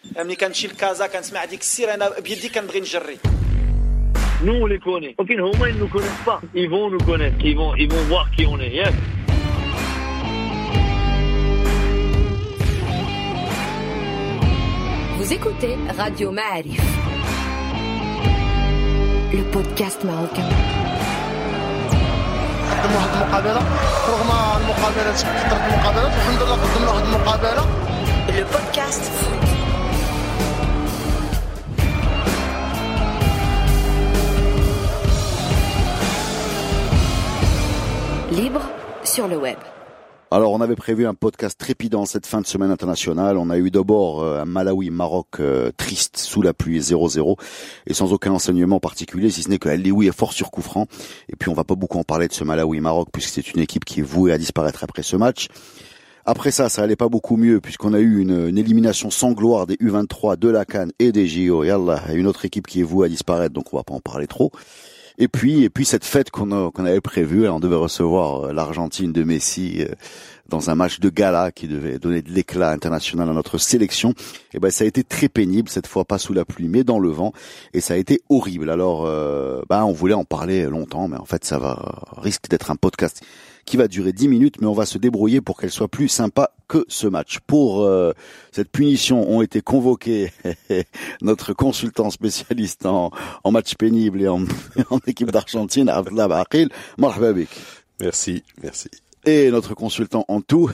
ملي كنمشي لكازا كنسمع ديك السير انا بيدي كنبغي نجري. Nous on les connaît. Ok, non, ils ne nous connaissent pas. Ils vont nous connaître. Ils vont voir qui on est. Yes. Vous écoutez Radio Ma'arif, le podcast marocain. قدموا واحد المقابله رغم المقابلات كثرت المقابلات والحمد لله قدمنا واحد المقابله. Le podcast foot. Libre sur le web. Alors, on avait prévu un podcast trépidant cette fin de semaine internationale. On a eu d'abord un Malawi-Maroc triste, sous la pluie, 0-0, et sans aucun enseignement particulier, si ce n'est que El-Lioui est fort sur coup franc. Et puis, on va pas beaucoup en parler de ce Malawi-Maroc, puisque c'est une équipe qui est vouée à disparaître après ce match. Après ça allait pas beaucoup mieux, puisqu'on a eu une élimination sans gloire des U23, de la CAN et des JO. Yallah, une autre équipe qui est vouée à disparaître, donc on va pas en parler trop. Et puis cette fête qu'on avait prévue, on devait recevoir l'Argentine de Messi dans un match de gala qui devait donner de l'éclat international à notre sélection. Et ben ça a été très pénible cette fois, pas sous la pluie mais dans le vent, et ça a été horrible. Alors on voulait en parler longtemps, mais en fait risque d'être un podcast qui va durer 10 minutes, mais on va se débrouiller pour qu'elle soit plus sympa que ce match. Pour cette punition ont été convoqués notre consultant spécialiste en match pénible et en équipe d'Argentine, Abdallah Baqil. Marhaba bik. Merci. Et notre consultant en tout,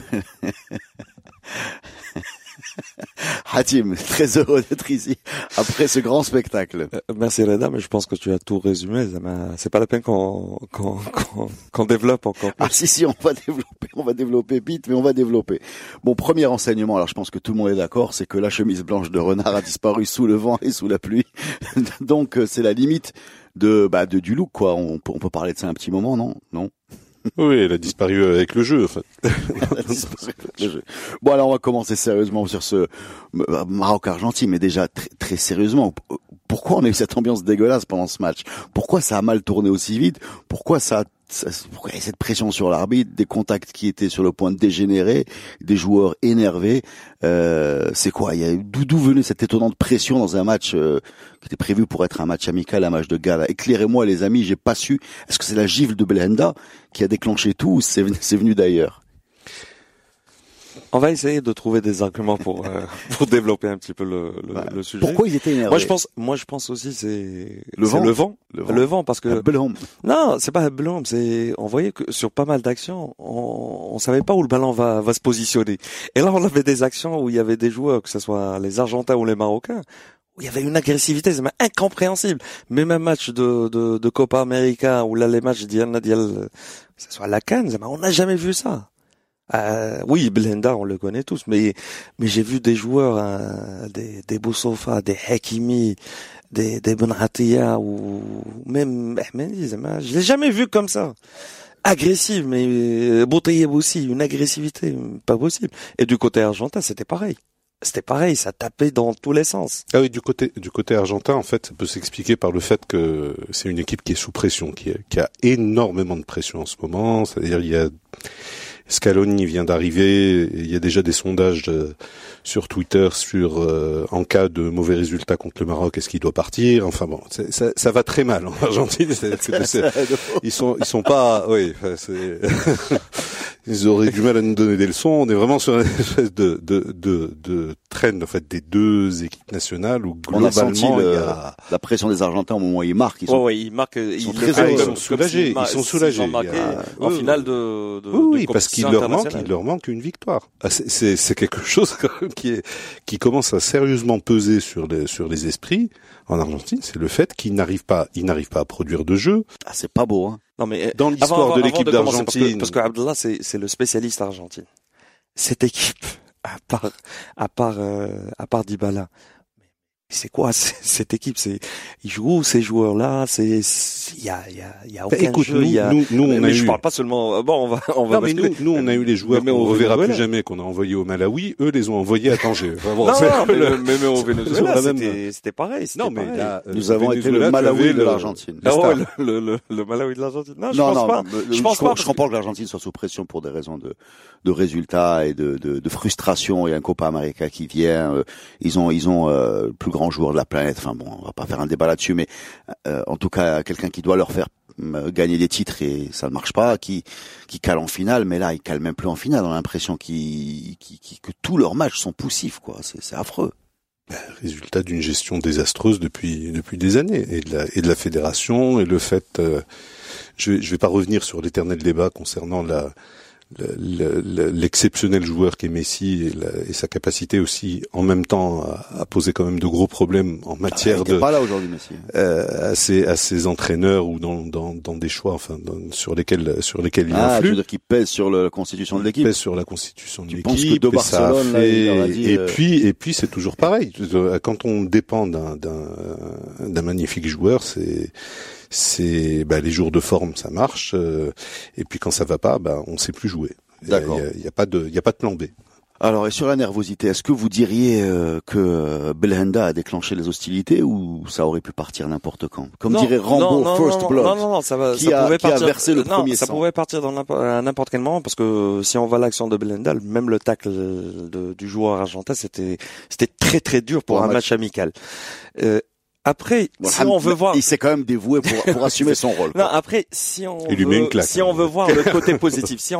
Hatim, très heureux d'être ici après ce grand spectacle. Merci Reda, mais je pense que tu as tout résumé. C'est pas la peine qu'on développe encore plus. Ah si, on va développer vite, mais on va développer. Bon, premier enseignement, alors je pense que tout le monde est d'accord, c'est que la chemise blanche de Renard a disparu sous le vent et sous la pluie. Donc c'est la limite du look, quoi. On peut parler de ça un petit moment, non? Oui, elle a disparu avec le jeu, en fait. Bon, alors on va commencer sérieusement sur ce Maroc-Argentine, mais déjà très, très sérieusement. Pourquoi on a eu cette ambiance dégueulasse pendant ce match? Pourquoi ça a mal tourné aussi vite? Pourquoi pourquoi il y a cette pression sur l'arbitre, des contacts qui étaient sur le point de dégénérer, des joueurs énervés? C'est quoi? D'où venait cette étonnante pression dans un match qui était prévu pour être un match amical, un match de gala? Éclairez-moi les amis, j'ai pas su. Est-ce que c'est la gifle de Belhanda qui a déclenché tout ou c'est venu d'ailleurs? On va essayer de trouver des arguments pour développer un petit peu le sujet. Pourquoi ils étaient énervés? Moi je pense aussi c'est le vent parce que Belhom. Non, c'est pas Belhom, on voyait que sur pas mal d'actions, on savait pas où le ballon va se positionner. Et là on avait des actions où il y avait des joueurs, que ce soit les Argentins ou les Marocains, où il y avait une agressivité, c'est incompréhensible. Même un match de Copa América ou là les matchs d'Iana que ce soit la CAN, on n'a jamais vu ça. Oui, Belhanda, on le connaît tous, mais j'ai vu des joueurs, des Boussofa, des Hakimi, des Benratia ou même Ahmedi, je l'ai jamais vu comme ça. Agressif, mais Boutayeb aussi, une agressivité pas possible. Et du côté argentin, c'était pareil. Ça tapait dans tous les sens. Ah oui, du côté argentin, en fait, ça peut s'expliquer par le fait que c'est une équipe qui est sous pression, qui a énormément de pression en ce moment. C'est-à-dire, Scaloni vient d'arriver, il y a déjà des sondages sur Twitter en cas de mauvais résultats contre le Maroc, est-ce qu'il doit partir? Enfin bon, ça va très mal en Argentine. Ils sont pas, oui, ils auraient du mal à nous donner des leçons. On est vraiment sur une espèce de trend, en fait, des deux équipes nationales où globalement on a senti la pression des Argentins au moment où ils marquent. Ils sont soulagés. Ils sont soulagés. En finale de oui, parce qu'il leur manque une victoire. C'est quelque chose qui commence à sérieusement peser sur les esprits en Argentine. C'est le fait qu'ils n'arrivent pas à produire de jeu. Ah, c'est pas beau, hein. Non, mais dans l'histoire de l'équipe d'Argentine, parce que Abdallah c'est le spécialiste argentine. Cette équipe, à part Dybala, c'est quoi cette équipe? Ils jouent où ces joueurs-là? Il y a aucun jeu. Je parle pas seulement. Bon, on va. Non, mais nous, on a eu les joueurs qu'on reverra plus jamais, qu'on a envoyés au Malawi. Eux, les ont envoyés à Tanger. Enfin, bon, mais au Venezuela, c'était pareil. Non, mais là, nous avons été le Malawi de l'Argentine. Le Malawi de l'Argentine. Non, je pense pas. Je comprends que l'Argentine soit sous pression pour des raisons de résultats et de frustration. Il y a un Copa América qui vient. Ils ont le plus grand joueur de la planète. Enfin bon, on va pas faire un débat là-dessus, mais en tout cas, quelqu'un qui doit leur faire gagner des titres et ça ne marche pas, qui cale en finale, mais là, il cale même plus en finale. On a l'impression que tous leurs matchs sont poussifs, quoi. C'est affreux. Résultat d'une gestion désastreuse depuis des années et de la fédération et le fait. Je vais pas revenir sur l'éternel débat concernant l'exceptionnel joueur qu'est Messi et sa capacité aussi en même temps à poser quand même de gros problèmes en matière il n'est pas là aujourd'hui, Messi. À ses entraîneurs ou dans des choix sur lesquels il influe. Tu veux dire qu'il pèse sur la constitution de l'équipe. Il pèse sur la constitution de l'équipe. Tu penses que de Barcelone et puis c'est toujours pareil. Quand on dépend d'un magnifique joueur, c'est les jours de forme ça marche et puis quand ça va pas on sait plus jouer. D'accord. Il y a pas de plan B. Alors et sur la nervosité, est-ce que vous diriez que Belhanda a déclenché les hostilités ou ça aurait pu partir n'importe quand? Comme dirait Rambo, First Blood. Non, ça pouvait partir. Ça pouvait partir dans n'importe quel moment parce que si on voit l'action de Belhanda, même le tacle du joueur argentin, c'était très très dur pour un match amical. Après, si on veut voir, il s'est quand même dévoué pour assumer son rôle. Non, après, si on veut voir le côté positif, c'est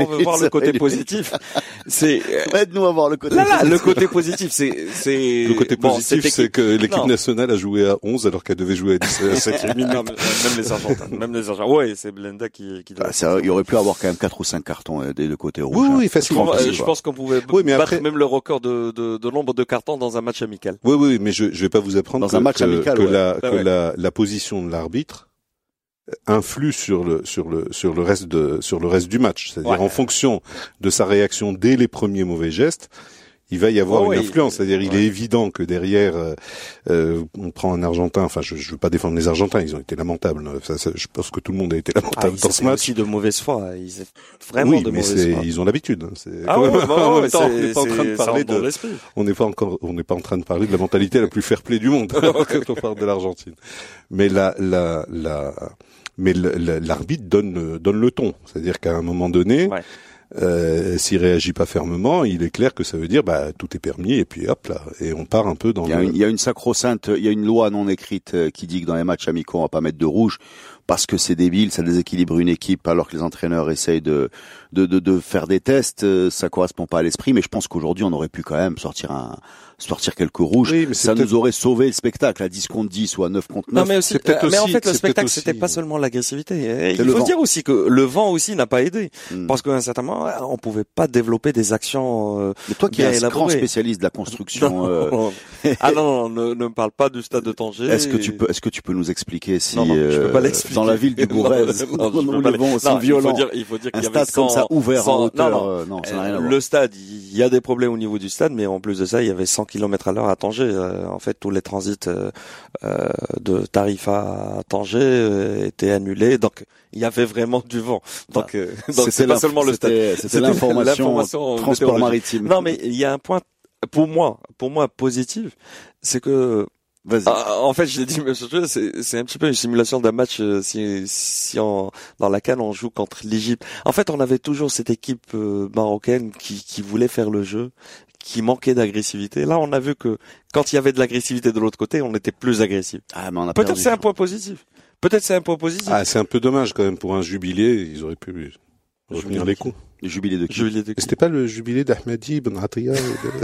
aide-nous à voir le côté. Le côté positif, le côté positif, c'est que l'équipe nationale a joué à 11 alors qu'elle devait jouer à 7e minute. Même les Argentins. Ouais, c'est Belhanda qui il aurait pu avoir quand même 4 ou 5 cartons des deux côtés rouges. Oui, facilement. Je pense qu'on pouvait battre même le record de nombre de cartons dans un match amical. Oui, mais je vais pas vous apprendre dans un match amical. La position de l'arbitre influe sur le reste du match, c'est-à-dire en fonction de sa réaction dès les premiers mauvais gestes, il va y avoir une influence, c'est-à-dire il est évident que derrière on prend un Argentin, enfin je veux pas défendre les Argentins, ils ont été lamentables, je pense que tout le monde a été lamentable dans ce match. Aussi de mauvaise foi, vraiment de mauvaise foi. Ils ont l'habitude. On n'est pas en train de parler de la mentalité la plus fair-play du monde quand on parle de l'Argentine. Mais l'arbitre donne le ton, c'est-à-dire qu'à un moment donné. Ouais. S'il réagit pas fermement, il est clair que ça veut dire tout est permis et puis hop là et on part un peu dans. Il y a une sacro-sainte, il y a une loi non écrite qui dit que dans les matchs amicaux on va pas mettre de rouge parce que c'est débile, ça déséquilibre une équipe alors que les entraîneurs essayent de faire des tests, ça correspond pas à l'esprit. Mais je pense qu'aujourd'hui on aurait pu quand même sortir quelques rouges, oui, ça nous aurait sauvé le spectacle à 10 contre 10 ou à 9 contre 9. Non, mais en fait, le spectacle, c'était pas seulement l'agressivité. Il faut dire aussi que le vent aussi n'a pas aidé. Parce qu'à un certain moment, on pouvait pas développer des actions, mais toi qui es un grand spécialiste de la construction, non, ne me parle pas du stade de Tanger. Est-ce que tu peux nous expliquer si, je peux pas l'expliquer. Dans la ville du Bourrez, où les vents sont violents, il faut dire qu'il y avait un stade comme ça ouvert en hauteur, ça n'a rien à voir. Le stade, il y a des problèmes au niveau du stade, mais en plus de ça, il y avait 100 km à l'heure à Tanger. En fait, tous les transits de Tarifa à Tanger étaient annulés. Donc, il y avait vraiment du vent. Donc c'est pas seulement le stade. C'était l'information transport maritime. Non, mais il y a un point pour moi positif, c'est que en fait, je l'ai dit, monsieur, c'est un petit peu une simulation d'un match dans laquelle on joue contre l'Égypte. En fait, on avait toujours cette équipe marocaine qui voulait faire le jeu, qui manquait d'agressivité. Là, on a vu que quand il y avait de l'agressivité de l'autre côté, on était plus agressif. Peut-être c'est un point positif. C'est un peu dommage quand même pour un jubilé. Ils auraient pu revenir les coups. Le jubilé de qui? C'était pas le jubilé d'Ahmadi Ben Atiyah.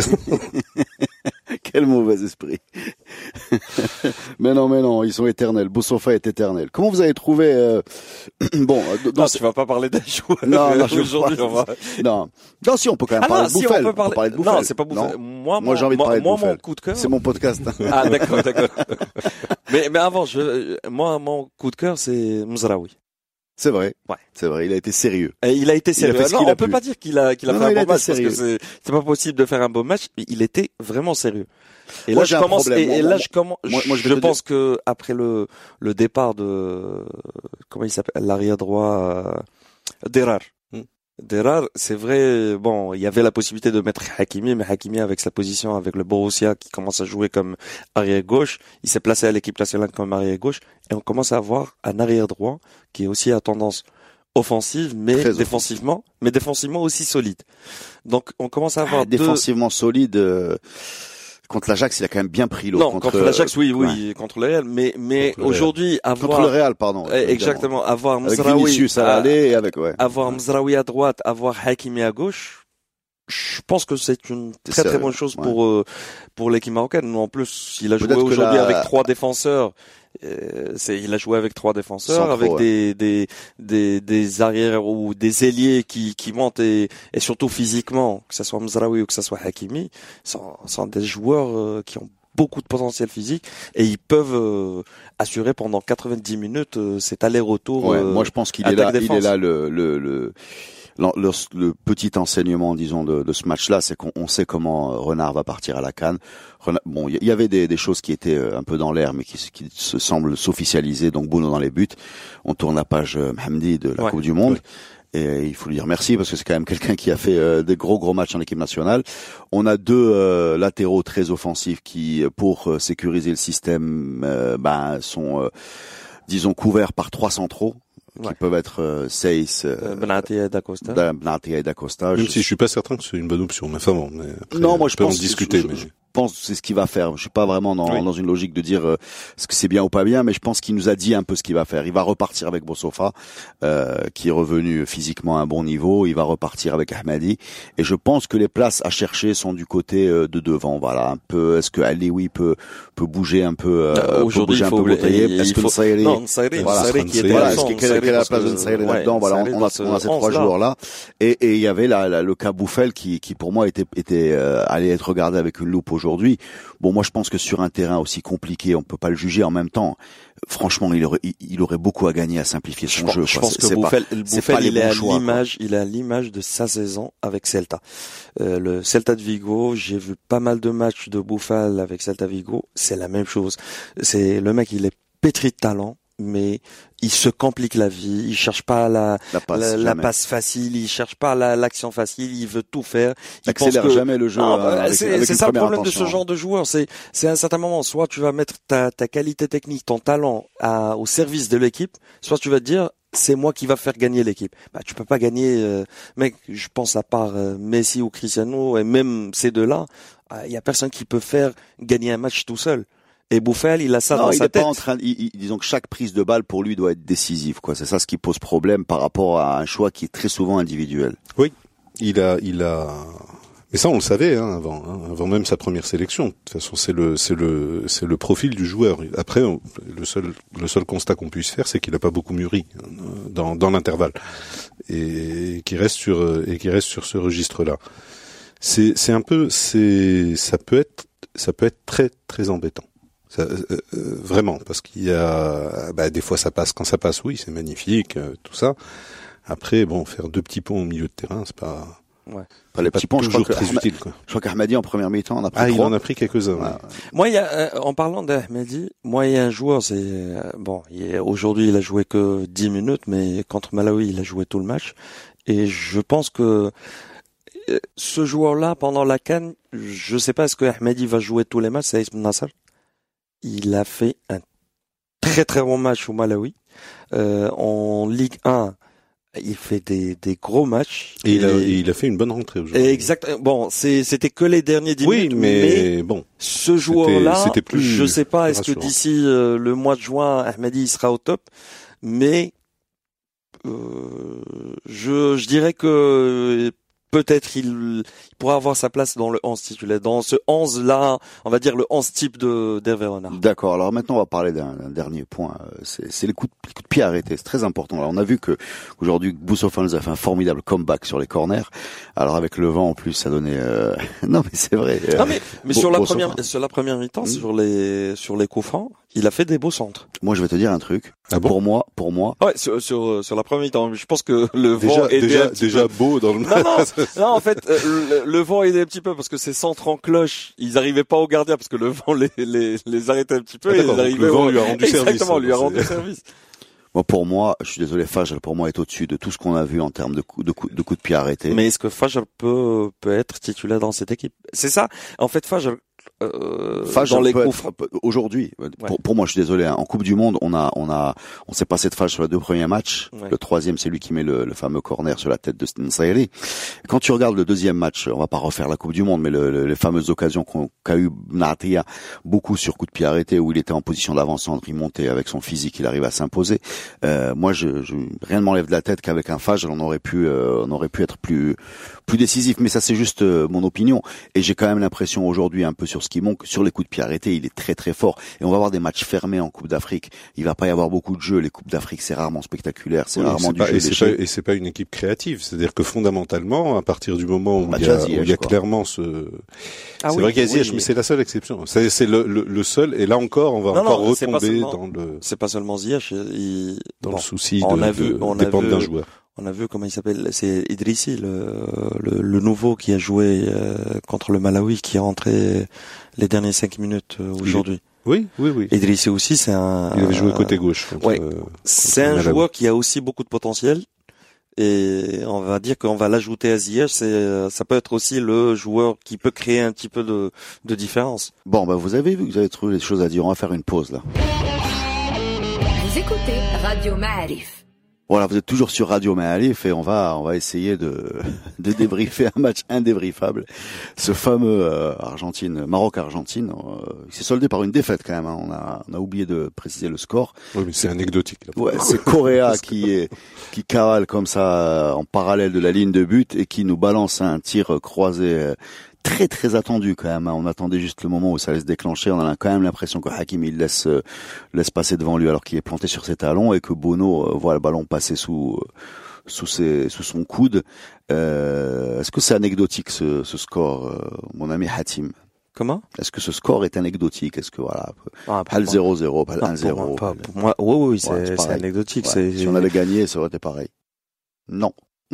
Quel mauvais esprit. mais non, ils sont éternels. Boussofa est éternel. Comment vous avez trouvé tu vas pas parler d'un joueur. Non, aujourd'hui, Non, si on peut quand même parler de Bouffel. On peut parler de Bouffel. Non, c'est pas Bouffel. Moi, j'ai envie de parler de Bouffel. Mon coup de cœur. C'est mon podcast. Ah, d'accord. mais avant, mon coup de cœur, c'est Mzraoui. C'est vrai. Ouais. C'est vrai. Il a été sérieux. Et il a été sérieux. fait ce Non, qu'il a on peut pu. pas dire qu'il a fait Non, un il a bon été match parce que sérieux. c'est pas possible de faire un bon match. Il était vraiment sérieux. Et Moi, là, j'ai je un commence. problème. Et là, je commence. moi, je vais je te pense que après le départ de comment il s'appelle, l'arrière droit, Derar. Derar, c'est vrai, bon, il y avait la possibilité de mettre Hakimi, mais Hakimi avec sa position avec le Borussia qui commence à jouer comme arrière gauche, il s'est placé à l'équipe nationale comme arrière gauche, et on commence à avoir un arrière droit qui est aussi à tendance offensive, mais Très défensivement aussi solide. Donc on commence à avoir défensivement solide. Contre l'Ajax, il a quand même bien pris l'eau. Non, contre l'Ajax, oui, contre le Real, mais aujourd'hui contre le Real, pardon. Exactement, avoir Avec Mzraoui Vinicius à l'aller et avec avoir Mzraoui à droite, avoir Hakimi à gauche, je pense que c'est une très bonne chose pour l'équipe marocaine. En plus, il a joué aujourd'hui avec trois défenseurs. Il a joué avec trois défenseurs, avec des arrières ou des ailiers qui montent et surtout physiquement, que ce soit Mzraoui ou que ce soit Hakimi, sont des joueurs qui ont beaucoup de potentiel physique et ils peuvent assurer pendant 90 minutes cet aller-retour. Ouais, moi je pense qu'il est là, le petit enseignement, disons, de ce match-là, c'est qu'on sait comment Renard va partir à la CAN. Bon, il y avait des choses qui étaient un peu dans l'air, mais qui se semblent s'officialiser. Donc Bouno dans les buts. On tourne la page Mohamedi de la Coupe du Monde. Ouais. Et il faut lui dire merci parce que c'est quand même quelqu'un qui a fait des gros matchs en équipe nationale. On a deux latéraux très offensifs qui, pour sécuriser le système, sont, disons, couverts par trois centraux. Qui peuvent être Seyss, Benatia et Dacosta. Benatia et Dacosta. Même si je suis pas certain que c'est une bonne option, mais enfin bon. Mais après, non, moi je pense en discuter. Je pense que c'est ce qu'il va faire. Je suis pas vraiment dans une logique de dire ce que c'est bien ou pas bien, mais je pense qu'il nous a dit un peu ce qu'il va faire. Il va repartir avec Bossofa, qui est revenu physiquement à un bon niveau. Il va repartir avec Ahmadi, et je pense que les places à chercher sont du côté de devant. Voilà, un peu. Est-ce que Alioui peut bouger un peu aujourd'hui, il faut est-ce que Nsayri, Nsayri qui était quelle est la place de Nsayri là-dedans? Voilà, on a ces trois joueurs-là, et il y avait le cas Bouffel qui pour moi était allait être regardé avec une loupe aujourd'hui. Bon, moi je pense que sur un terrain aussi compliqué, on peut pas le juger en même temps. Franchement, il aurait beaucoup à gagner à simplifier son jeu. Je pense que Bouffel, il est à l'image de sa saison avec Celta. Le Celta de Vigo, j'ai vu pas mal de matchs de Bouffel avec Celta Vigo. C'est la même chose. C'est le mec, il est pétri de talent, mais il se complique la vie, il cherche pas la passe facile, il cherche pas l'action facile, il veut tout faire. Il accélère jamais le jeu. C'est ça le problème de ce genre de joueur. C'est à un certain moment, soit tu vas mettre ta qualité technique, ton talent au service de l'équipe, soit tu vas te dire c'est moi qui va faire gagner l'équipe. Bah tu peux pas gagner, mec. Je pense à part Messi ou Cristiano et même ces deux-là, il y a personne qui peut faire gagner un match tout seul. Et Bouffel, il a ça dans sa tête. Disons que chaque prise de balle pour lui doit être décisive, quoi. C'est ça ce qui pose problème par rapport à un choix qui est très souvent individuel. Oui, il a. Mais ça, on le savait avant même sa première sélection. De toute façon, c'est le profil du joueur. Après, le seul constat qu'on puisse faire, c'est qu'il n'a pas beaucoup mûri dans l'intervalle et qui reste sur ce registre-là. Ça peut être très très embêtant. Vraiment, parce qu'il y a des fois ça passe, quand ça passe, oui, c'est magnifique, tout ça. Après, bon, faire deux petits ponts au milieu de terrain, c'est pas. Ouais. Les petits ponts, je crois très utile, quoi. Je crois qu'Ahmadi en première mi-temps en a pris 3. Il en a pris quelques-uns. Ouais. Moi, il y a, en parlant d'Ahmadi, moi, il y a un joueur, aujourd'hui, il a joué que 10 minutes, mais contre Malawi, il a joué tout le match. Et je pense que ce joueur-là, pendant la CAN, je sais pas est-ce que Ahmadi va jouer tous les matchs, c'est Ismail Nasser. Il a fait un très très bon match au Malawi. En Ligue 1, il fait des gros matchs. Et il a fait une bonne rentrée aujourd'hui. Exact. Bon, c'était que les derniers 10 minutes. Oui, mais bon. Ce joueur-là, je sais pas, est-ce que d'ici le mois de juin, Ahmadi sera au top, mais je dirais que peut-être il pourrait avoir sa place dans le 11 titulaire, dans ce 11 là, on va dire le 11 type d'Hervé Renard. D'accord. Alors maintenant, on va parler d'un dernier point. C'est les coups de pied arrêtés. C'est très important. Alors, on a vu que aujourd'hui, Boussoffa nous a fait un formidable comeback sur les corners. Alors avec le vent en plus, ça donnait. Non, mais c'est vrai. Non, mais sur la première mi-temps, sur les coups francs, il a fait des beaux centres. Moi, je vais te dire un truc. Ah bon? Pour moi. Ouais, sur la première mi-temps, je pense que le vent aidait déjà beau dans le match. Non, en fait, le vent aidait un petit peu parce que ces centres en cloche, ils arrivaient pas au gardien parce que le vent les arrêtait un petit peu. Ah, et le vent lui a rendu service. Exactement, lui a rendu service. Moi, pour moi, je suis désolé, Fajr, pour moi, est au-dessus de tout ce qu'on a vu en termes de coups de pied arrêtés. Mais est-ce que Fajr peut être titulaire dans cette équipe? C'est ça. En fait, Fajr, dans les coups aujourd'hui, ouais. pour moi, je suis désolé, hein, en Coupe du Monde, on s'est passé de Fajr sur les 2 premiers matchs. Ouais. Le 3e, c'est lui qui met le fameux corner sur la tête de Nsayeli. Quand tu regardes le 2e match, on va pas refaire la Coupe du Monde, mais les fameuses occasions qu'a eu Natia, beaucoup sur coup de pied arrêté, où il était en position d'avant-centre, il montait avec son physique, il arrive à s'imposer. Moi, rien ne m'enlève de la tête qu'avec un Fajr, on aurait pu être plus décisif, mais ça c'est juste mon opinion. Et j'ai quand même l'impression aujourd'hui, un peu sur ce qui manque, sur les coups de pied arrêtés, il est très très fort. Et on va avoir des matchs fermés en Coupe d'Afrique. Il va pas y avoir beaucoup de jeux. Les Coupes d'Afrique, c'est rarement spectaculaire, c'est rarement du jeu. Et c'est pas une équipe créative. C'est-à-dire que fondamentalement, à partir du moment où il y a clairement ce... Ah c'est oui, vrai qu'il y a Ziyech, mais c'est la seule exception. C'est le seul. Et là encore, on va retomber dans le... C'est pas seulement Ziyech. Dans le souci de dépendre d'un joueur. On a vu comment il s'appelle, c'est Idrissi, le nouveau qui a joué contre le Malawi, qui est rentré les dernières 5 minutes aujourd'hui. Oui. Idrissi aussi, c'est un... Il avait joué côté gauche. C'est un joueur qui a aussi beaucoup de potentiel. Et on va dire qu'on va l'ajouter à Ziyech, ça peut être aussi le joueur qui peut créer un petit peu de différence. Bon, vous avez vu que vous avez trouvé des choses à dire. On va faire une pause là. Vous écoutez Radio Ma'arif. Voilà, vous êtes toujours sur Radio Ma'arif et on va essayer de débriefer un match indébriefable. Ce fameux Maroc-Argentine, il s'est soldé par une défaite quand même. Hein. On a oublié de préciser le score. Oui, mais c'est anecdotique. Là. Ouais, c'est Correa qui cavale comme ça en parallèle de la ligne de but et qui nous balance un tir croisé très très attendu quand même. On attendait juste le moment où ça allait se déclencher. On a quand même l'impression que Hakim il laisse passer devant lui alors qu'il est planté sur ses talons et que Bono voit le ballon passer sous son coude. Est-ce que c'est anecdotique ce score, mon ami Hatim? Comment? Est-ce que ce score est anecdotique? Est-ce que pas le 0-0, pas le 1-0? Pour moi, oui, c'est anecdotique. Ouais. Si on avait gagné, ça aurait été pareil. Non.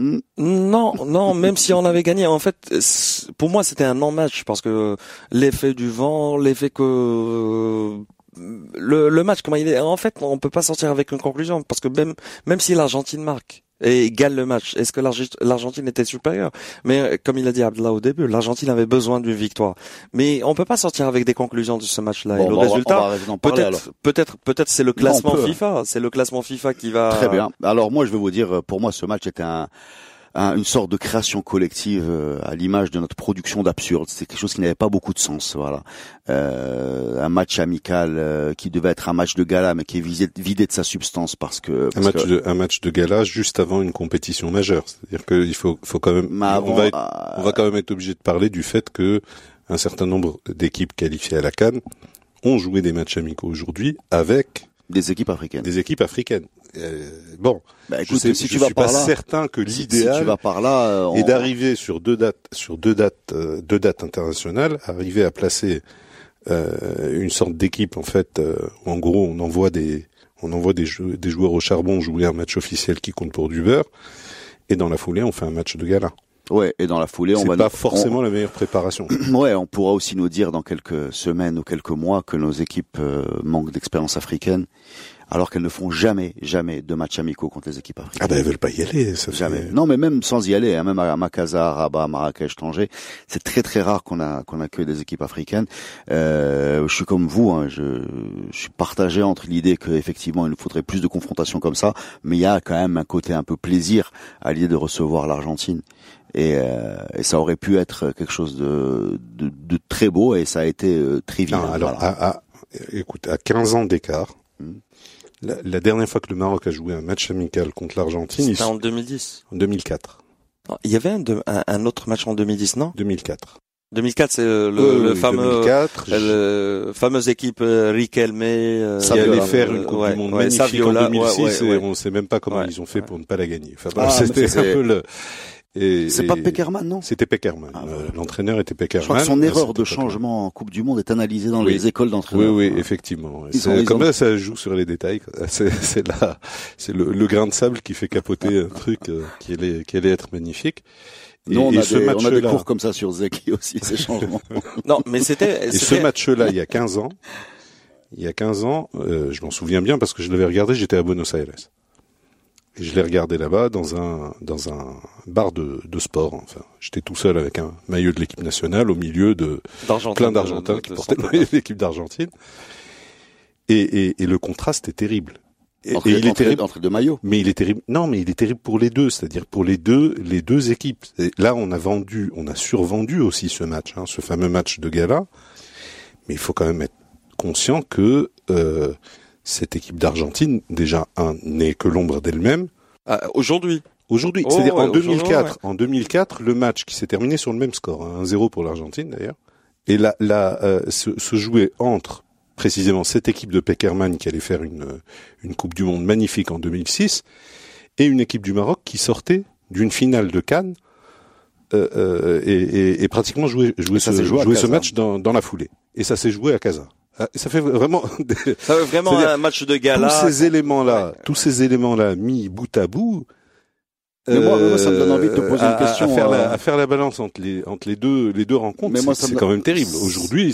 Non, même si on avait gagné, en fait, pour moi, c'était un non-match parce que l'effet du vent, l'effet que le match, comment il est, en fait, on peut pas sortir avec une conclusion parce que même si l'Argentine marque et gagne le match, est-ce que l'Argentine était supérieure? Mais comme il a dit Abdallah au début, l'Argentine avait besoin d'une victoire. Mais on peut pas sortir avec des conclusions de ce match-là. Et le résultat, peut-être c'est le classement FIFA. C'est le classement FIFA qui va... Très bien. Alors moi, je vais vous dire, pour moi, ce match était une sorte de création collective à l'image de notre production d'absurde. C'est quelque chose qui n'avait pas beaucoup de sens, voilà. Un match amical qui devait être un match de gala, mais qui est vidé de sa substance un match de gala juste avant une compétition majeure. C'est-à-dire qu'il faut quand même, on va quand même être obligé de parler du fait que un certain nombre d'équipes qualifiées à la CAN ont joué des matchs amicaux aujourd'hui avec des équipes africaines. Bon, écoute, je suis pas certain que l'idéal est d'arriver sur deux dates internationales, arriver à placer une sorte d'équipe en fait. En gros, on envoie des joueurs au charbon jouer un match officiel qui compte pour du beurre, et dans la foulée, on fait un match de gala. Ouais, et dans la foulée, c'est pas forcément la meilleure préparation. Ouais, on pourra aussi nous dire dans quelques semaines ou quelques mois que nos équipes manquent d'expérience africaine, alors qu'elles ne font jamais de matchs amicaux contre les équipes africaines. Ah elles veulent pas y aller, ça jamais. Fait... Non, mais même sans y aller, hein, même à Makassar, Rabat, Marrakech, Tanger, c'est très très rare qu'on accueille des équipes africaines. Je suis comme vous, hein, je suis partagé entre l'idée qu'effectivement il nous faudrait plus de confrontations comme ça, mais il y a quand même un côté un peu plaisir à l'idée de recevoir l'Argentine. Et ça aurait pu être quelque chose de très beau, et ça a été très vite. Alors, voilà. Écoute, à 15 ans d'écart, la dernière fois que le Maroc a joué un match amical contre l'Argentine, c'était en 2010. En 2004. Il y avait un autre match en 2010, non? 2004. 2004, c'est le fameux 2004, fameuse équipe Riquelme qui allait faire une Coupe du Monde magnifique Saviola, en 2006 et on sait même pas comment ils ont fait pour ne pas la gagner. Enfin, c'était un peu le. C'est pas Peckerman, non? C'était Peckerman. L'entraîneur était Peckerman. Je crois que son erreur de changement en Coupe du Monde est analysée dans les écoles d'entraîneurs. Oui, effectivement. Comme ça joue sur les détails. C'est le grain de sable qui fait capoter un truc qui allait être magnifique. Nous, on a des cours comme ça sur Zeki aussi, ces changements. Non, mais c'était. Et ce match-là, il y a 15 ans, je m'en souviens bien parce que je l'avais regardé, j'étais à Buenos Aires. Et je l'ai regardé là-bas dans un bar de sport. Enfin, j'étais tout seul avec un maillot de l'équipe nationale au milieu de plein d'Argentins qui portaient le maillot de l'équipe d'Argentine. Et le contraste est terrible. Entre les deux maillots. Mais il est terrible. Non, mais il est terrible pour les deux, c'est-à-dire pour les deux équipes. Et là, on a survendu aussi ce match, ce fameux match de gala. Mais il faut quand même être conscient que cette équipe d'Argentine, déjà, n'est que l'ombre d'elle-même. Aujourd'hui, c'est-à-dire en 2004. En 2004, le match qui s'est terminé sur le même score, 1-0 pour l'Argentine d'ailleurs. Et là, se jouait entre précisément cette équipe de Peckerman qui allait faire une Coupe du Monde magnifique en 2006 et une équipe du Maroc qui sortait d'une finale de Cannes et pratiquement jouait ce match dans la foulée. Et ça s'est joué à Casa. Ça fait vraiment un match de gala. Tous ces éléments-là mis bout à bout. Mais moi, ça me donne envie de te poser une question. À faire la balance entre les deux rencontres, mais c'est quand même terrible. Aujourd'hui,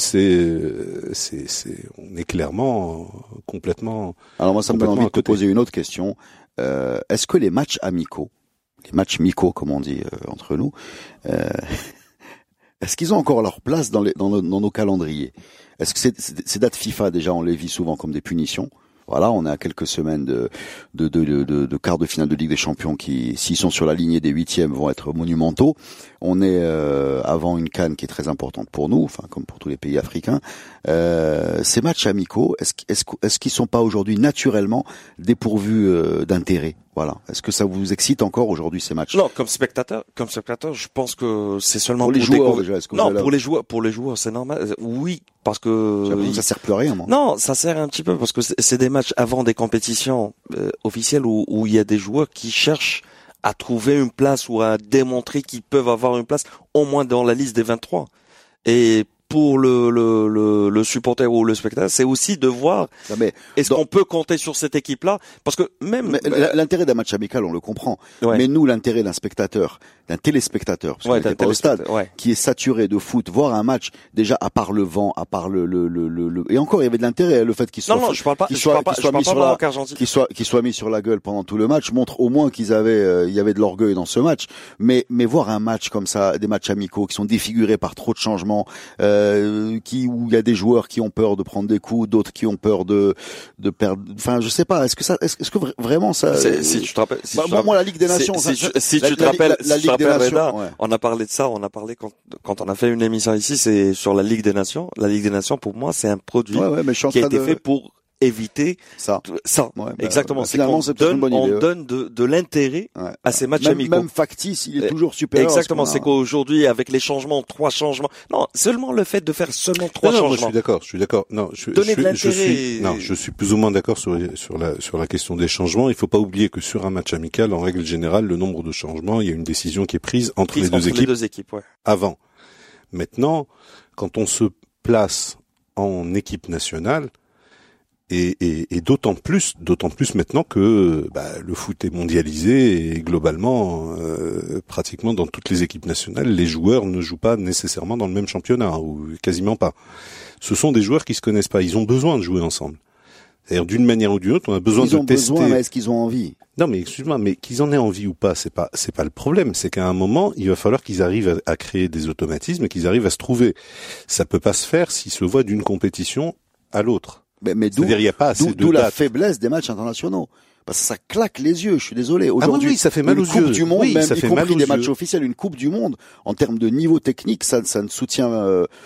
on est clairement complètement. Alors moi, ça me donne envie de te poser une autre question. Est-ce que les matchs micos, comme on dit entre nous, est-ce qu'ils ont encore leur place dans nos calendriers? Est-ce que ces dates FIFA, déjà, on les vit souvent comme des punitions? Voilà, on est à quelques semaines de quart de finale de Ligue des Champions qui, s'ils sont sur la lignée des huitièmes, vont être monumentaux. On est avant une CAN qui est très importante pour nous, enfin comme pour tous les pays africains. Ces matchs amicaux, est-ce qu'ils sont pas aujourd'hui naturellement dépourvus d'intérêt? Voilà. Est-ce que ça vous excite encore aujourd'hui ces matchs? Non, comme spectateur, je pense que c'est seulement pour les joueurs déjà. Non, pour les joueurs, c'est normal. Oui, parce que ça sert plus à rien, moi. Non, ça sert un petit peu parce que c'est des matchs avant des compétitions officielles où il y a des joueurs qui cherchent à trouver une place ou à démontrer qu'ils peuvent avoir une place au moins dans la liste des 23. Et pour le supporter ou le spectateur, c'est aussi de voir qu'on peut compter sur cette équipe-là, parce que l'intérêt d'un match amical, on le comprend. Ouais. Mais nous, l'intérêt d'un spectateur, d'un téléspectateur, parce qu'on n'était pas au stade, qui est saturé de foot, voir un match déjà à part le vent, à part et encore il y avait de l'intérêt, le fait qu'il soit mis sur la gueule pendant tout le match montre au moins il y avait de l'orgueil dans ce match. Mais voir un match comme ça, des matchs amicaux qui sont défigurés par trop de changements, où il y a des joueurs qui ont peur de prendre des coups, d'autres qui ont peur de perdre. Enfin, je sais pas. Est-ce que vraiment ça? Si tu te rappelles. Moi, la Ligue des Nations. Si tu te rappelles, on a parlé de ça. On a parlé quand on a fait une émission ici, c'est sur la Ligue des Nations. La Ligue des Nations, pour moi, c'est un produit qui a été fait pour éviter ça. Exactement. On donne de l'intérêt à ces matchs amicaux. Même factice, il est toujours supérieur. Exactement. C'est qu'aujourd'hui, avec les changements, 3 changements. Non, seulement le fait de faire seulement 3 changements. Moi, je suis d'accord. Non, je suis plus ou moins d'accord sur la question des changements. Il faut pas oublier que sur un match amical, en règle générale, le nombre de changements, il y a une décision qui est prise entre les deux équipes. Avant. Maintenant, quand on se place en équipe nationale, et d'autant plus maintenant que le foot est mondialisé et globalement pratiquement dans toutes les équipes nationales les joueurs ne jouent pas nécessairement dans le même championnat ou quasiment pas. Ce sont des joueurs qui se connaissent pas, ils ont besoin de jouer ensemble. C'est-à-dire d'une manière ou d'une autre, on a besoin de tester. Mais est-ce qu'ils ont envie? Non, mais excuse-moi, mais qu'ils en aient envie ou pas, c'est pas le problème. C'est qu'à un moment, il va falloir qu'ils arrivent à créer des automatismes et qu'ils arrivent à se trouver. Ça peut pas se faire s'ils se voient d'une compétition à l'autre. Mais d'où la faiblesse des matchs internationaux. Parce que ça claque les yeux, je suis désolé. Aujourd'hui, ça fait mal aux yeux. Une Coupe du Monde, même y compris des matchs officiels, une Coupe du Monde, en termes de niveau technique, ça ne soutient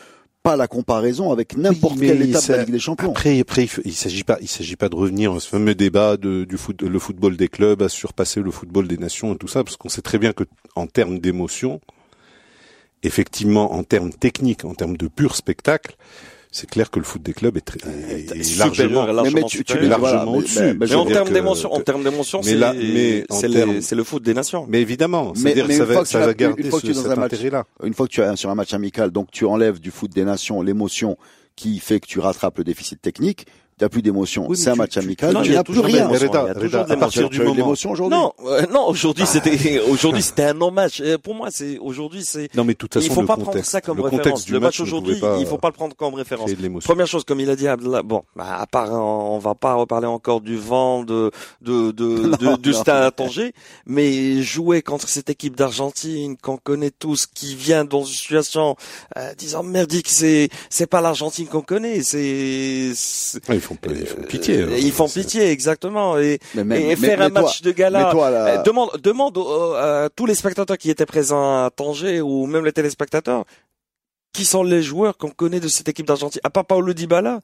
pas la comparaison avec n'importe quelle étape de la Ligue des Champions. Après, il s'agit pas de revenir à ce fameux débat le football des clubs a surpassé le football des nations et tout ça, parce qu'on sait très bien que, en termes d'émotion, effectivement, en termes techniques, en termes de pur spectacle, c'est clair que le foot des clubs est largement au-dessus. Mais en termes d'émotion, c'est le foot des nations. Mais évidemment, c'est-à-dire ça va garder cet intérêt-là. Une fois que tu es sur un match amical, donc tu enlèves du foot des nations l'émotion qui fait que tu rattrapes le déficit technique. T'as plus d'émotion. Oui, c'est un match amical. Non, tu n'as plus rien. À partir du moment. L'émotion aujourd'hui. Non, aujourd'hui c'était un non-match. Pour moi, Non, mais de toute façon, il faut pas prendre ça comme référence. Le match aujourd'hui, il faut pas le prendre comme référence. Première chose, comme il a dit Abdallah, à part, on va pas reparler encore du vent du Stade à Tanger, mais jouer contre cette équipe d'Argentine qu'on connaît tous, qui vient dans une situation, disant merdique, c'est pas l'Argentine qu'on connaît, Ils font pitié. Ils font pitié, exactement. Et faire un match de gala. Demande à tous les spectateurs qui étaient présents à Tanger, ou même les téléspectateurs, qui sont les joueurs qu'on connaît de cette équipe d'Argentine. À part Paulo Dybala,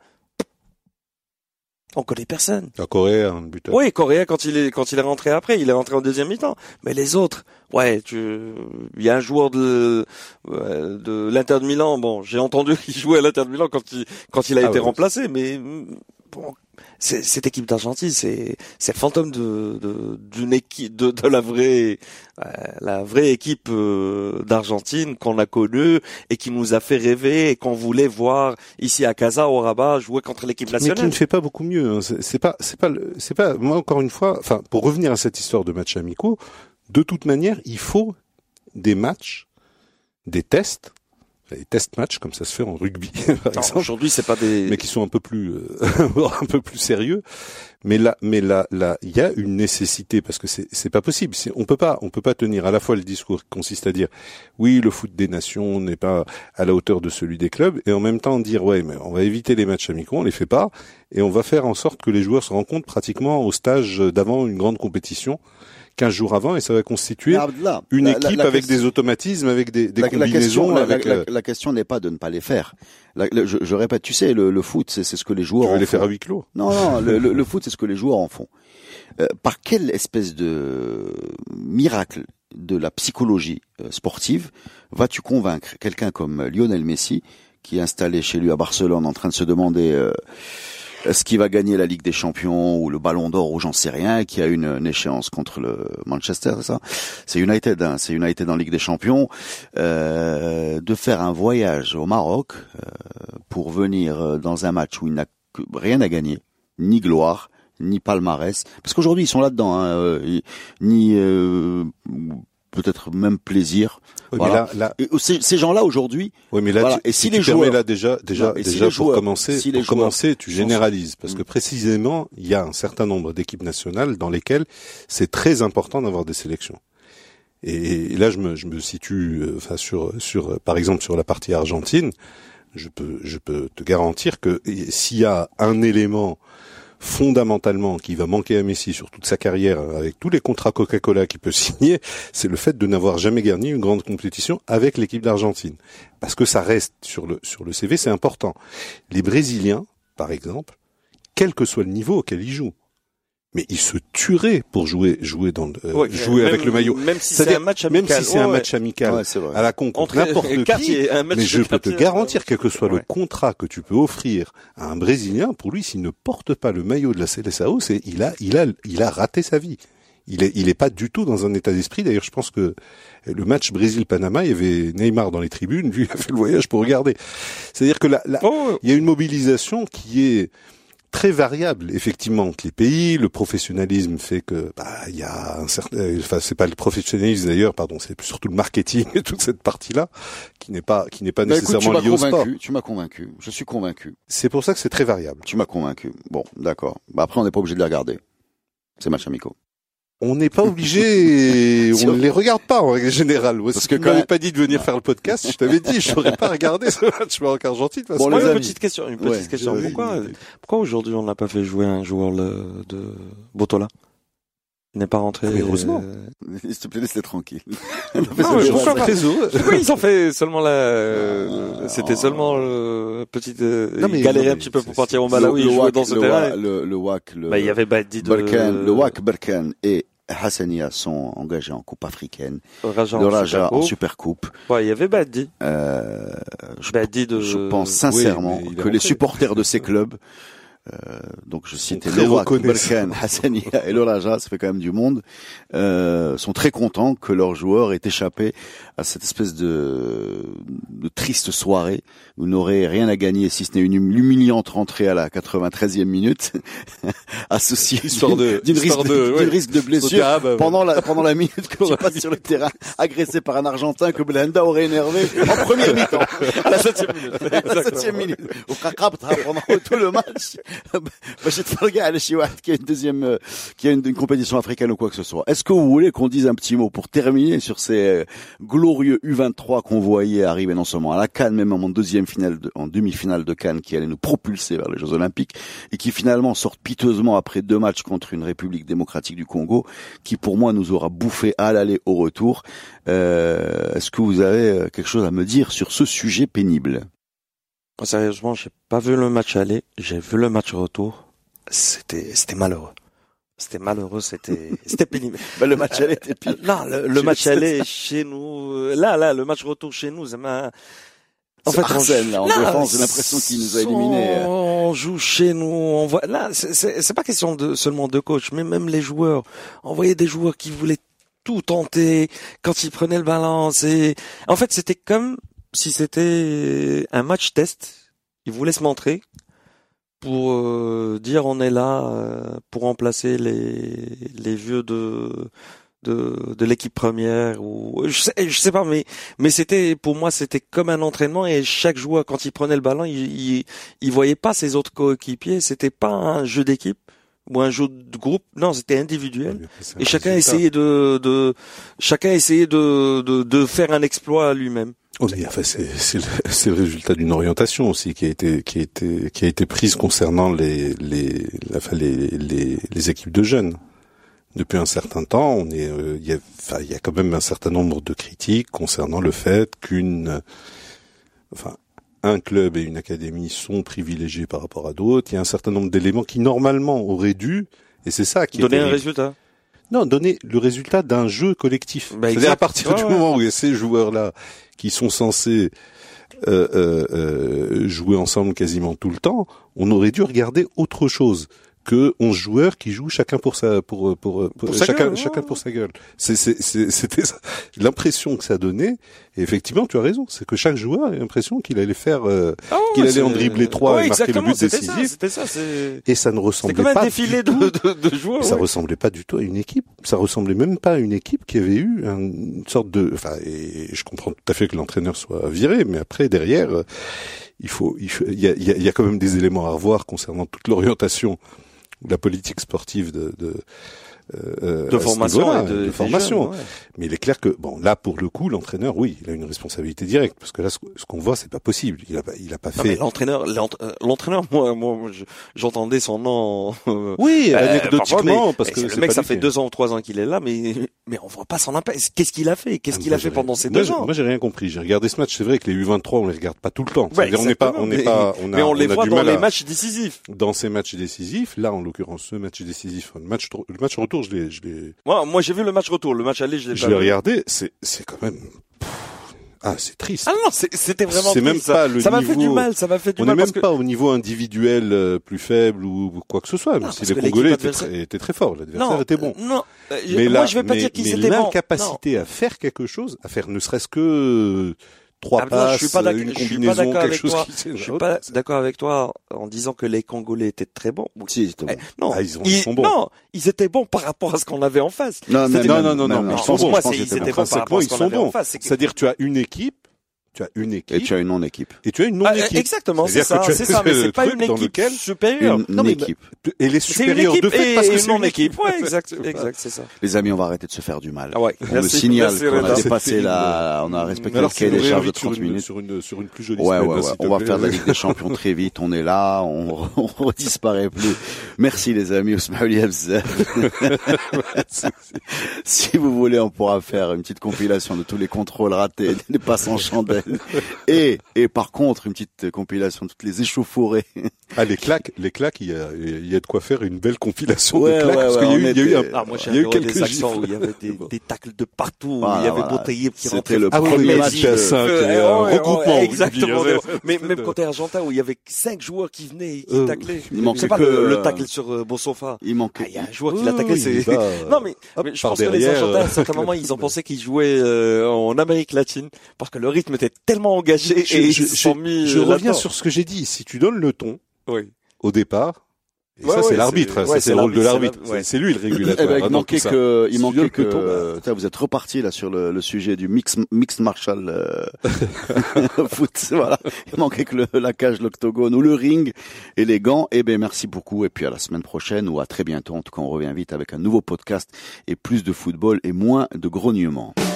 on connaît personne. Correa, un buteur. Oui, Correa, quand il est rentré après, il est rentré en deuxième mi-temps. Mais les autres, il y a un joueur de l'Inter de Milan. Bon, j'ai entendu qu'il jouait à l'Inter de Milan quand il a été remplacé, mais bon, cette équipe d'Argentine, c'est le fantôme d'une équipe de la vraie équipe d'Argentine qu'on a connue et qui nous a fait rêver et qu'on voulait voir ici à Casa au Rabat jouer contre l'équipe nationale. Mais qui ne fait pas beaucoup mieux. Hein. C'est pas. Moi, encore une fois, enfin, pour revenir à cette histoire de matchs amicaux, de toute manière, il faut des matchs, des tests. Les test matchs comme ça se fait en rugby par exemple. Aujourd'hui c'est pas des mais qui sont un peu plus sérieux, mais là il y a une nécessité, parce que c'est pas possible, on peut pas tenir à la fois le discours qui consiste à dire oui, le foot des nations n'est pas à la hauteur de celui des clubs, et en même temps dire ouais, mais on va éviter les matchs amicaux, on les fait pas, et on va faire en sorte que les joueurs se rencontrent pratiquement au stage d'avant une grande compétition, 15 jours avant, et ça va constituer une équipe avec des automatismes, avec des combinaisons. La question n'est pas de ne pas les faire. Je répète, tu sais, le foot, c'est ce que les joueurs en font. Tu veux les faire à huis clos? Non, le foot, c'est ce que les joueurs en font. Par quelle espèce de miracle de la psychologie sportive vas-tu convaincre quelqu'un comme Lionel Messi, qui est installé chez lui à Barcelone en train de se demander est-ce qu'il va gagner la Ligue des Champions ou le Ballon d'Or ou j'en sais rien, qui a une échéance contre le Manchester, c'est ça? C'est United, c'est United en Ligue des Champions, de faire un voyage au Maroc pour venir dans un match où il n'a rien à gagner, ni gloire, ni palmarès, parce qu'aujourd'hui ils sont là-dedans, ni peut-être même plaisir. Oui, voilà. mais là, ces gens-là aujourd'hui. Oui, mais là, voilà. et si les joueurs, là déjà pour commencer, tu généralises, parce que précisément, il y a un certain nombre d'équipes nationales dans lesquelles c'est très important d'avoir des sélections. Et là, je me situe, par exemple, sur la partie argentine, je peux te garantir que s'il y a un élément fondamentalement qui va manquer à Messi sur toute sa carrière, avec tous les contrats Coca-Cola qu'il peut signer, c'est le fait de n'avoir jamais gagné une grande compétition avec l'équipe d'Argentine. Parce que ça reste sur le CV, c'est important. Les Brésiliens, par exemple, quel que soit le niveau auquel ils jouent, mais ils se tueraient pour jouer avec le maillot. Même si c'est un match amical. Même si c'est un match amical. À la con contre n'importe qui. Mais je peux te garantir, quel que soit le contrat que tu peux offrir à un Brésilien, pour lui, s'il ne porte pas le maillot de la Seleção, il a raté sa vie. Il est pas du tout dans un état d'esprit. D'ailleurs, je pense que le match Brésil-Panama, il y avait Neymar dans les tribunes. Lui, il a fait le voyage pour regarder. C'est-à-dire que il y a une mobilisation qui est très variable, effectivement, entre les pays. Le professionnalisme fait que, il y a un certain, c'est pas le professionnalisme d'ailleurs, pardon, c'est surtout le marketing et toute cette partie-là qui n'est pas nécessairement liée au sport. Tu m'as convaincu. Je suis convaincu. C'est pour ça que c'est très variable. Tu m'as convaincu. Bon, d'accord. Après, on n'est pas obligé de les regarder. C'est matchs amicaux. On n'est pas obligé, on ne les regarde pas en règle générale. Parce que quand m'avais pas dit de venir faire le podcast, je t'avais dit, je n'aurais pas regardé ce match Maroc-Argentine. Bon, une petite question. Pourquoi aujourd'hui on n'a pas fait jouer un joueur de Botola? Il n'est pas rentré. Ah, mais heureusement. S'il te plaît, laisse-les tranquilles. Non, mais pourquoi pas? Oui, ils ont fait seulement c'était seulement petite, ils galéraient un petit peu pour partir au Malawi, ils jouaient dans ce terrain. Le WAC, il y avait Baddi le WAC Berkane et Hassania sont engagés en Coupe africaine. Le Raja en Supercoupe. Ouais, il y avait Baddi. Je pense sincèrement que les supporters de ces clubs, donc je citais le WAC, Berkane, Hassania et le Raja, ça fait quand même du monde, sont très contents que leurs joueurs aient échappé à cette espèce de triste soirée où n'aurait rien à gagner si ce n'est une humiliante rentrée à la 93e minute, associée d'une risque de blessure pendant la minute que tu passes sur le terrain, agressé par un Argentin que Blenda aurait énervé en première mi-temps. À la 7e minute. À la 7e minute. Au pendant tout le match. Je te regarde, qui a une deuxième, qui a une compétition africaine ou quoi que ce soit. Est-ce que vous voulez qu'on dise un petit mot pour terminer sur ces glorieux U23 qu'on voyait arriver non seulement à la CAN, même en demi-finale de CAN, qui allait nous propulser vers les Jeux Olympiques et qui finalement sortent piteusement après 2 matchs contre une République démocratique du Congo, qui pour moi nous aura bouffé à l'aller au retour. Est-ce que vous avez quelque chose à me dire sur ce sujet pénible? Sérieusement, j'ai pas vu le match aller, j'ai vu le match retour. C'était malheureux. C'était malheureux, c'était pénible. Le match aller était pire. Non, le match aller chez nous, là, le match retour chez nous, ça m'a... En fait, Arsène, en défense, j'ai l'impression qu'il nous a éliminés. On joue chez nous, on voit, là, c'est pas question seulement de coach, mais même les joueurs. On voyait des joueurs qui voulaient tout tenter quand ils prenaient le ballon. En fait, c'était comme si c'était un match test. Ils voulaient se montrer pour dire on est là pour remplacer les vieux de l'équipe première, ou je sais pas, mais c'était, pour moi, c'était comme un entraînement, et chaque joueur, quand il prenait le ballon, il voyait pas ses autres coéquipiers. C'était pas un jeu d'équipe ou un jeu de groupe, non, c'était individuel, et chacun essayait de faire un exploit lui-même. Oh, mais enfin, c'est le résultat d'une orientation aussi qui a été prise concernant les équipes de jeunes. Depuis un certain temps, il y a quand même un certain nombre de critiques concernant le fait un club et une académie sont privilégiés par rapport à d'autres. Il y a un certain nombre d'éléments qui normalement auraient dû, et c'est ça qui donner un résultat. Non, donner le résultat d'un jeu collectif. C'est-à-dire à partir du moment où il y a ces joueurs-là qui sont censés jouer ensemble quasiment tout le temps, on aurait dû regarder autre chose que 11 joueurs qui jouent chacun pour sa gueule. C'était l'impression que ça donnait. Et effectivement, tu as raison, c'est que chaque joueur a l'impression qu'il allait faire qu'il allait en dribbler 3 et marquer le but décisif. C'était ça, et ça ne ressemblait pas. C'était comme un défilé de joueurs. Ça ressemblait pas du tout à une équipe. Ça ressemblait même pas à une équipe qui avait eu une sorte de, et je comprends tout à fait que l'entraîneur soit viré, mais après derrière il y a quand même des éléments à revoir concernant toute l'orientation, la politique sportive de formation de formation. Jeunes, ouais. Mais il est clair que là pour le coup l'entraîneur, oui, il a une responsabilité directe, parce que là ce qu'on voit, c'est pas possible. Il a pas fait. Mais l'entraîneur, moi j'entendais son nom. Oui, anecdotiquement, parce que le mec, ça fait 2 ans ou 3 ans qu'il est là, mais on voit pas son impact. Qu'est-ce qu'il a fait? Qu'est-ce qu'il a fait pendant ces 2 ans? Moi j'ai rien compris. J'ai regardé ce match. C'est vrai que les U23 on les regarde pas tout le temps. Ouais, mais on les voit dans les matchs décisifs. Dans ces matchs décisifs, là en l'occurrence ce match décisif, le match retour, je l'ai. Moi j'ai vu le match retour. Le match aller, je l'ai regardé. C'est quand même. C'est triste. Ah non, c'était vraiment. C'est même pas le niveau. Ça m'a fait du mal. Ça m'a fait du mal. On n'est même pas au niveau individuel plus faible ou quoi que ce soit. Même si les Congolais étaient très forts, l'adversaire était bon. Non. Mais moi je vais pas dire qu'ils étaient bons. L'incapacité à faire quelque chose, à faire ne serait-ce que 3 passes, une combinaison, quelque chose je suis pas d'accord avec toi en disant que les Congolais étaient très bons. Si, non, ils sont bons. Non, ils étaient bons par rapport à ce qu'on avait en face. Non, mais ils sont bons. Ils étaient bons par rapport à ce qu'on avait en face. C'est-à-dire, tu as une équipe tu as une équipe. Et tu as une non-équipe. Et tu as une non-équipe. Exactement, c'est ça, mais c'est pas une équipe supérieure. Une équipe. Et les supérieurs de fait parce que c'est une équipe. Ouais, exact, c'est ça. Les amis, on va arrêter de se faire du mal. Ah ouais. On me signale qu'on a dépassé on a respecté le cahier des charges de 30 minutes. Sur une plus jolie Ouais. On va faire de la Ligue des Champions très vite. On est là, on disparaît plus. Merci les amis. Si vous voulez, on pourra faire une petite compilation de tous les contrôles ratés, des passes en chandelle. Et par contre, une petite compilation de toutes les échauffourées. Ah, les claques, il y a de quoi faire une belle compilation de claques. Parce qu'il y a eu quelques actions où il y avait des tacles de partout, il y avait Boteille qui rentrait. C'était le premier match à 5, regroupement. Exactement. Mais même côté argentin où il y avait 5 joueurs qui venaient et qui taclaient. C'est pas que le tacle sur Bossofa. Il manquait. Il y a un joueur qui l'a taclé, non, mais je pense que les Argentins, à un certain moment, ils ont pensé qu'ils jouaient en Amérique latine parce que le rythme était tellement engagé et ils se sont mis. Je reviens sur ce que j'ai dit. Si tu donnes le ton au départ, et ça c'est l'arbitre, ça c'est le rôle de l'arbitre. C'est lui le régulateur. Il manquait que vous êtes reparti là sur le sujet du mixed martial foot. Voilà. Il manquait que la cage, l'octogone ou le ring et les gants. Merci beaucoup et puis à la semaine prochaine ou à très bientôt. En tout cas, on revient vite avec un nouveau podcast et plus de football et moins de grognements.